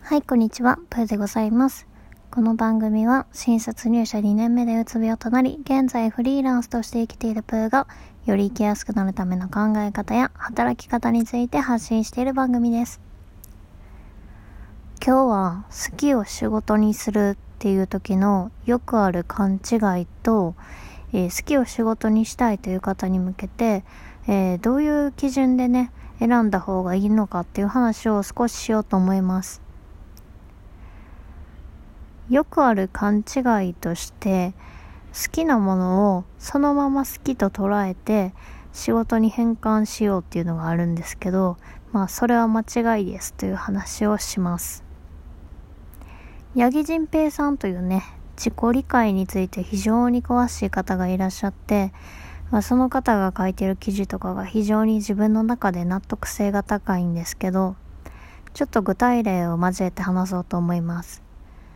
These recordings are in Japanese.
はい、こんにちは、プーでございます。この番組は新卒入社2年目でうつ病となり、現在フリーランスとして生きているプーが、より生きやすくなるための考え方や働き方について発信している番組です。今日は好きを仕事にするっていう時のよくある勘違いと、好きを仕事にしたいという方に向けて、どういう基準でね、選んだ方がいいのかっていう話を少ししようと思います。よくある勘違いとして、好きなものをそのまま好きと捉えて仕事に変換しようっていうのがあるんですけど、それは間違いですという話をします。八木仁平さんというね、自己理解について非常に詳しい方がいらっしゃって、その方が書いている記事とかが非常に自分の中で納得性が高いんですけど、ちょっと具体例を交えて話そうと思います。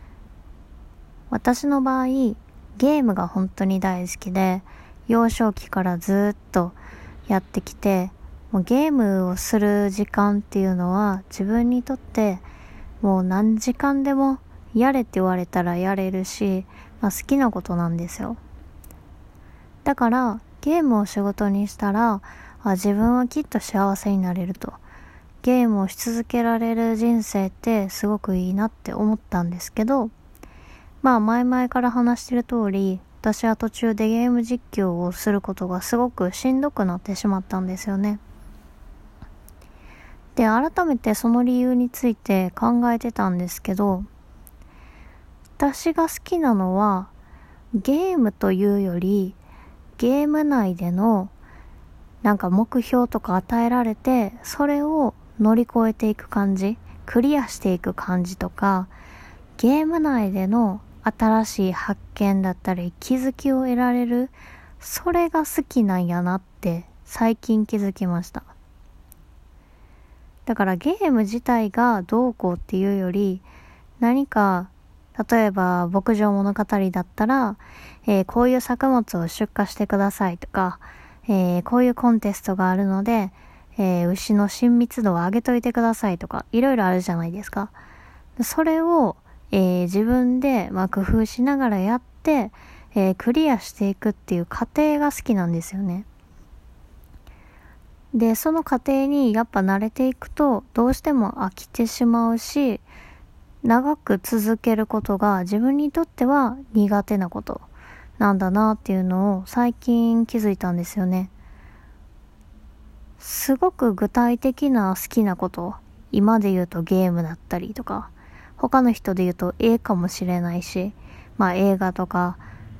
私の場合、ゲームが本当に大好きで、幼少期からずっとやってきて、もうゲームをする時間っていうのは自分にとってもう何時間でもやれって言われたらやれるし、好きなことなんですよ。だからゲームを仕事にしたら、自分はきっと幸せになれると。ゲームをし続けられる人生ってすごくいいなって思ったんですけど、前々から話してる通り、私は途中でゲーム実況をすることがすごくしんどくなってしまったんですよね。で、改めてその理由について考えてたんですけど、私が好きなのはゲームというより、ゲーム内での目標とか与えられて、それを乗り越えていく感じ、クリアしていく感じとか、ゲーム内での新しい発見だったり気づきを得られる、それが好きなんやなって最近気づきました。だからゲーム自体がどうこうっていうより、何か例えば牧場物語だったら、こういう作物を出荷してくださいとか、こういうコンテストがあるので、牛の親密度を上げといてくださいとか、いろいろあるじゃないですか。それを自分で工夫しながらやって、クリアしていくっていう過程が好きなんですよね。で、その過程にやっぱ慣れていくとどうしても飽きてしまうし、長く続けることが自分にとっては苦手なことなんだなっていうのを最近気づいたんですよね。すごく具体的な好きなこと、今で言うとゲームだったりとか、他の人で言うと絵かもしれないし、映画とか、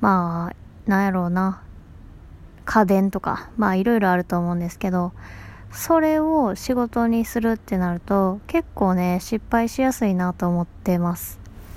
家電とか、いろいろあると思うんですけど、それを仕事にするってなると結構ね、失敗しやすいなと思ってます。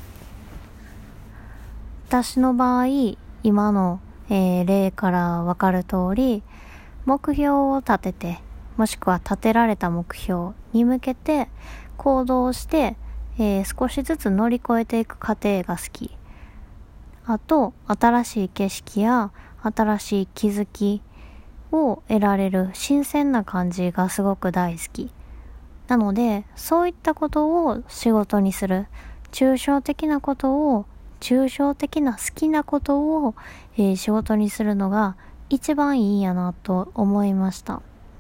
私の場合、今の、例からわかる通り、目標を立てて、もしくは立てられた目標に向けて行動して、少しずつ乗り越えていく過程が好き。あと、新しい景色や新しい気づきを得られる新鮮な感じがすごく大好き。なので、そういったことを仕事にする。抽象的な好きなことを、仕事にするのが一番いいんやなと思いました。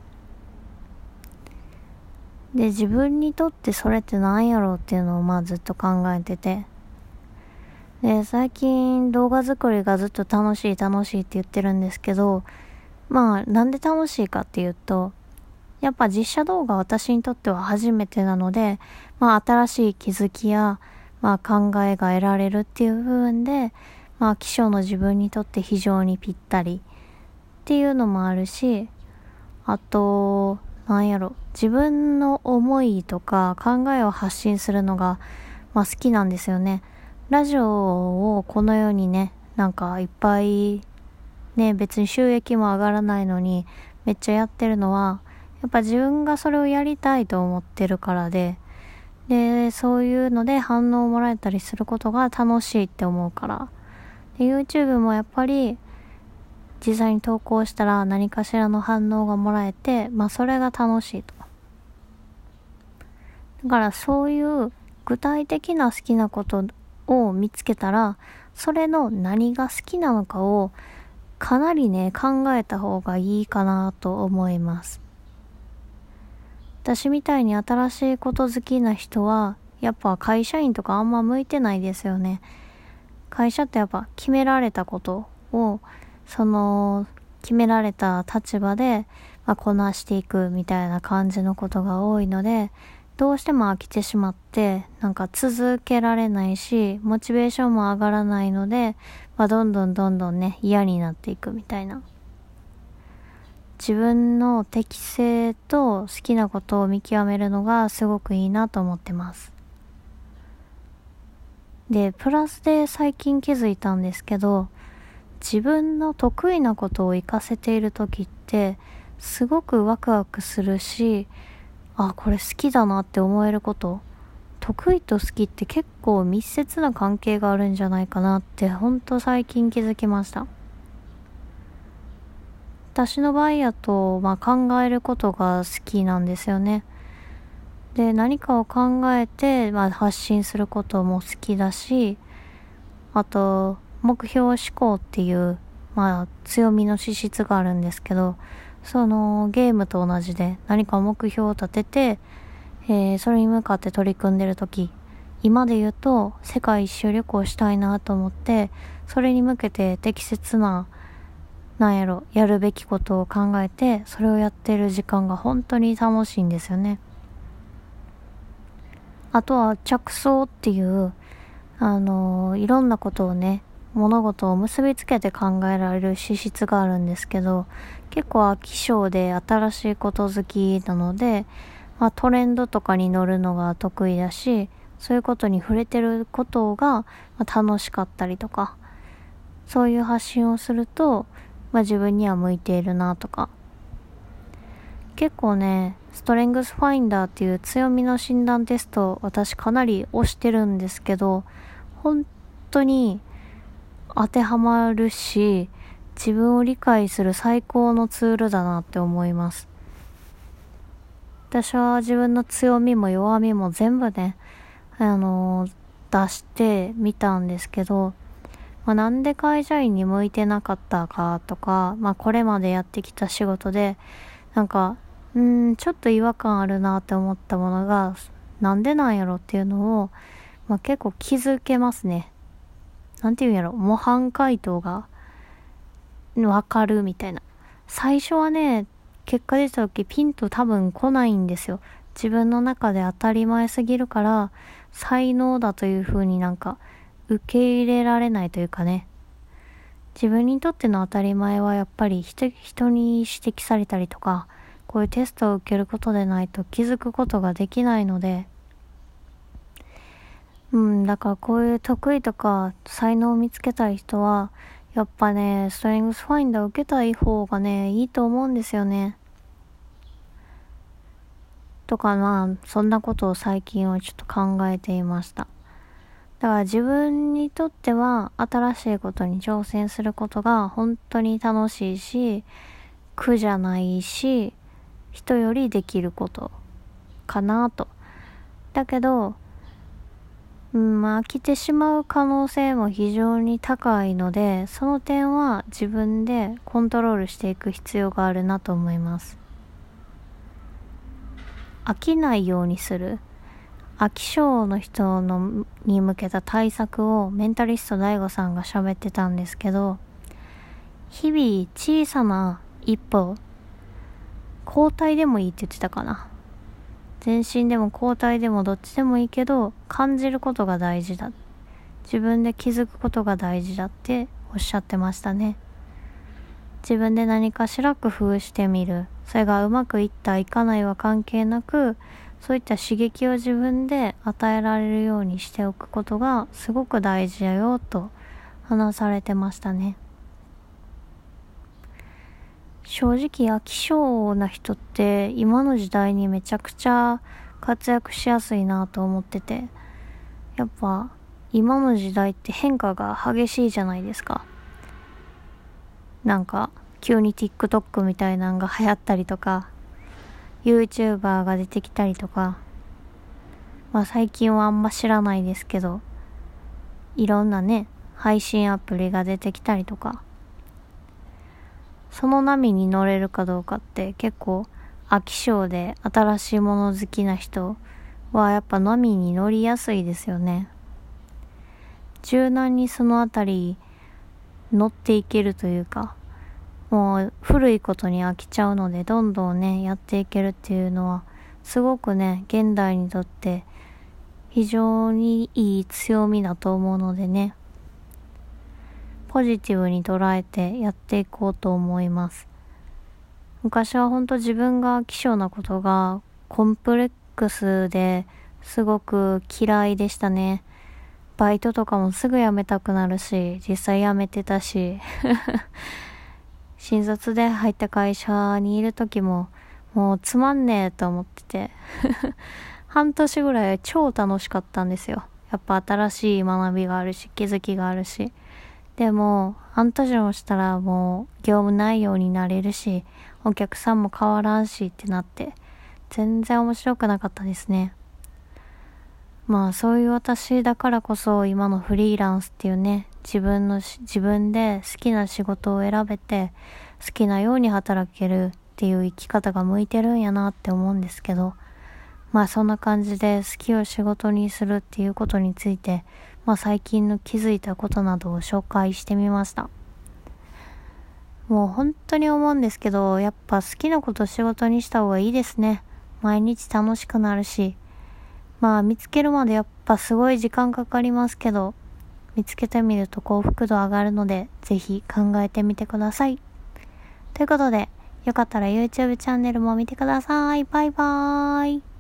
で、自分にとってそれって何やろうっていうのをずっと考えてて、で、最近動画作りがずっと楽しいって言ってるんですけど、なんで楽しいかっていうと、やっぱ実写動画私にとっては初めてなので、新しい気づきや、考えが得られるっていう部分で、希少の自分にとって非常にぴったりっていうのもあるし、あと、自分の思いとか考えを発信するのが、好きなんですよね。ラジオをこのようにね、いっぱいね、別に収益も上がらないのにめっちゃやってるのは、やっぱ自分がそれをやりたいと思ってるからで、そういうので反応をもらえたりすることが楽しいって思うから。で、YouTube もやっぱり実際に投稿したら何かしらの反応がもらえて、それが楽しいと。だからそういう具体的な好きなことを見つけたら、それの何が好きなのかをかなりね、考えた方がいいかなと思います。私みたいに新しいこと好きな人は、やっぱ会社員とかあんま向いてないですよね。会社ってやっぱ決められたことを、決められた立場で、こなしていくみたいな感じのことが多いので、どうしても飽きてしまって、続けられないし、モチベーションも上がらないので、どんどんね、嫌になっていくみたいな。自分の適性と好きなことを見極めるのがすごくいいなと思ってます。で、プラスで最近気づいたんですけど、自分の得意なことを活かせている時ってすごくワクワクするし、これ好きだなって思えること、得意と好きって結構密接な関係があるんじゃないかなってほんと最近気づきました。私の場合やと、考えることが好きなんですよね。で、何かを考えて、発信することも好きだし、あと目標思考っていう、強みの資質があるんですけど、そのゲームと同じで何か目標を立てて、それに向かって取り組んでるとき、今で言うと世界一周旅行したいなと思って、それに向けて適切なやるべきことを考えて、それをやってる時間が本当に楽しいんですよね。あとは着想っていう、いろんなことをね、物事を結びつけて考えられる資質があるんですけど、結構飽き性で新しいこと好きなので、トレンドとかに乗るのが得意だし、そういうことに触れてることが楽しかったりとか、そういう発信をすると、自分には向いているなとか。結構ね、ストレングスファインダーっていう強みの診断テスト、私かなり推してるんですけど、本当に当てはまるし、自分を理解する最高のツールだなって思います。私は自分の強みも弱みも全部ね、出してみたんですけど、なんで会社員に向いてなかったかとか、これまでやってきた仕事で、ちょっと違和感あるなって思ったものが、なんでなんやろっていうのを、結構気づけますね。模範解答がわかるみたいな。最初はね、結果出た時ピンと多分来ないんですよ。自分の中で当たり前すぎるから、才能だという風に受け入れられないというかね。自分にとっての当たり前はやっぱり人に指摘されたりとか、こういうテストを受けることでないと気づくことができないので、だからこういう得意とか才能を見つけたい人は、やっぱね、ストレングスファインダーを受けたい方がね、いいと思うんですよね。とかそんなことを最近はちょっと考えていました。だから自分にとっては新しいことに挑戦することが本当に楽しいし、苦じゃないし、人よりできることかなと。だけど、飽きてしまう可能性も非常に高いので、その点は自分でコントロールしていく必要があるなと思います。飽きないようにする。飽き性の人に向けた対策をメンタリスト DAIGO さんが喋ってたんですけど、日々小さな一歩、交代でもいいって言ってたかな。前進でも後退でもどっちでもいいけど、感じることが大事だ。自分で気づくことが大事だっておっしゃってましたね。自分で何かしら工夫してみる。それがうまくいったいかないは関係なく、そういった刺激を自分で与えられるようにしておくことがすごく大事だよと話されてましたね。正直飽き性な人って今の時代にめちゃくちゃ活躍しやすいなと思ってて、やっぱ今の時代って変化が激しいじゃないですか。急に TikTok みたいなのが流行ったりとか、YouTuber が出てきたりとか、 最近はあんま知らないですけど、いろんなね、配信アプリが出てきたりとか、その波に乗れるかどうかって結構飽き性で新しいもの好きな人はやっぱ波に乗りやすいですよね。柔軟にそのあたり乗っていけるというか、もう古いことに飽きちゃうのでどんどんねやっていけるっていうのはすごくね現代にとって非常にいい強みだと思うのでね、ポジティブに捉えてやっていこうと思います。昔は本当自分が希少なことがコンプレックスですごく嫌いでしたね。バイトとかもすぐ辞めたくなるし、実際辞めてたし新卒で入った会社にいる時ももうつまんねえと思ってて半年ぐらい超楽しかったんですよ。やっぱ新しい学びがあるし気づきがあるし、でも半年もしたらもう業務内容になれるしお客さんも変わらんしってなって全然面白くなかったですね。そういう私だからこそ今のフリーランスっていうね、自分で好きな仕事を選べて好きなように働けるっていう生き方が向いてるんやなって思うんですけど、そんな感じで好きを仕事にするっていうことについて、最近の気づいたことなどを紹介してみました。もう本当に思うんですけど、やっぱ好きなことを仕事にした方がいいですね。毎日楽しくなるし、見つけるまでやっぱすごい時間かかりますけど、見つけてみると幸福度上がるので、ぜひ考えてみてください。ということで、よかったら YouTube チャンネルも見てください。バイバーイ。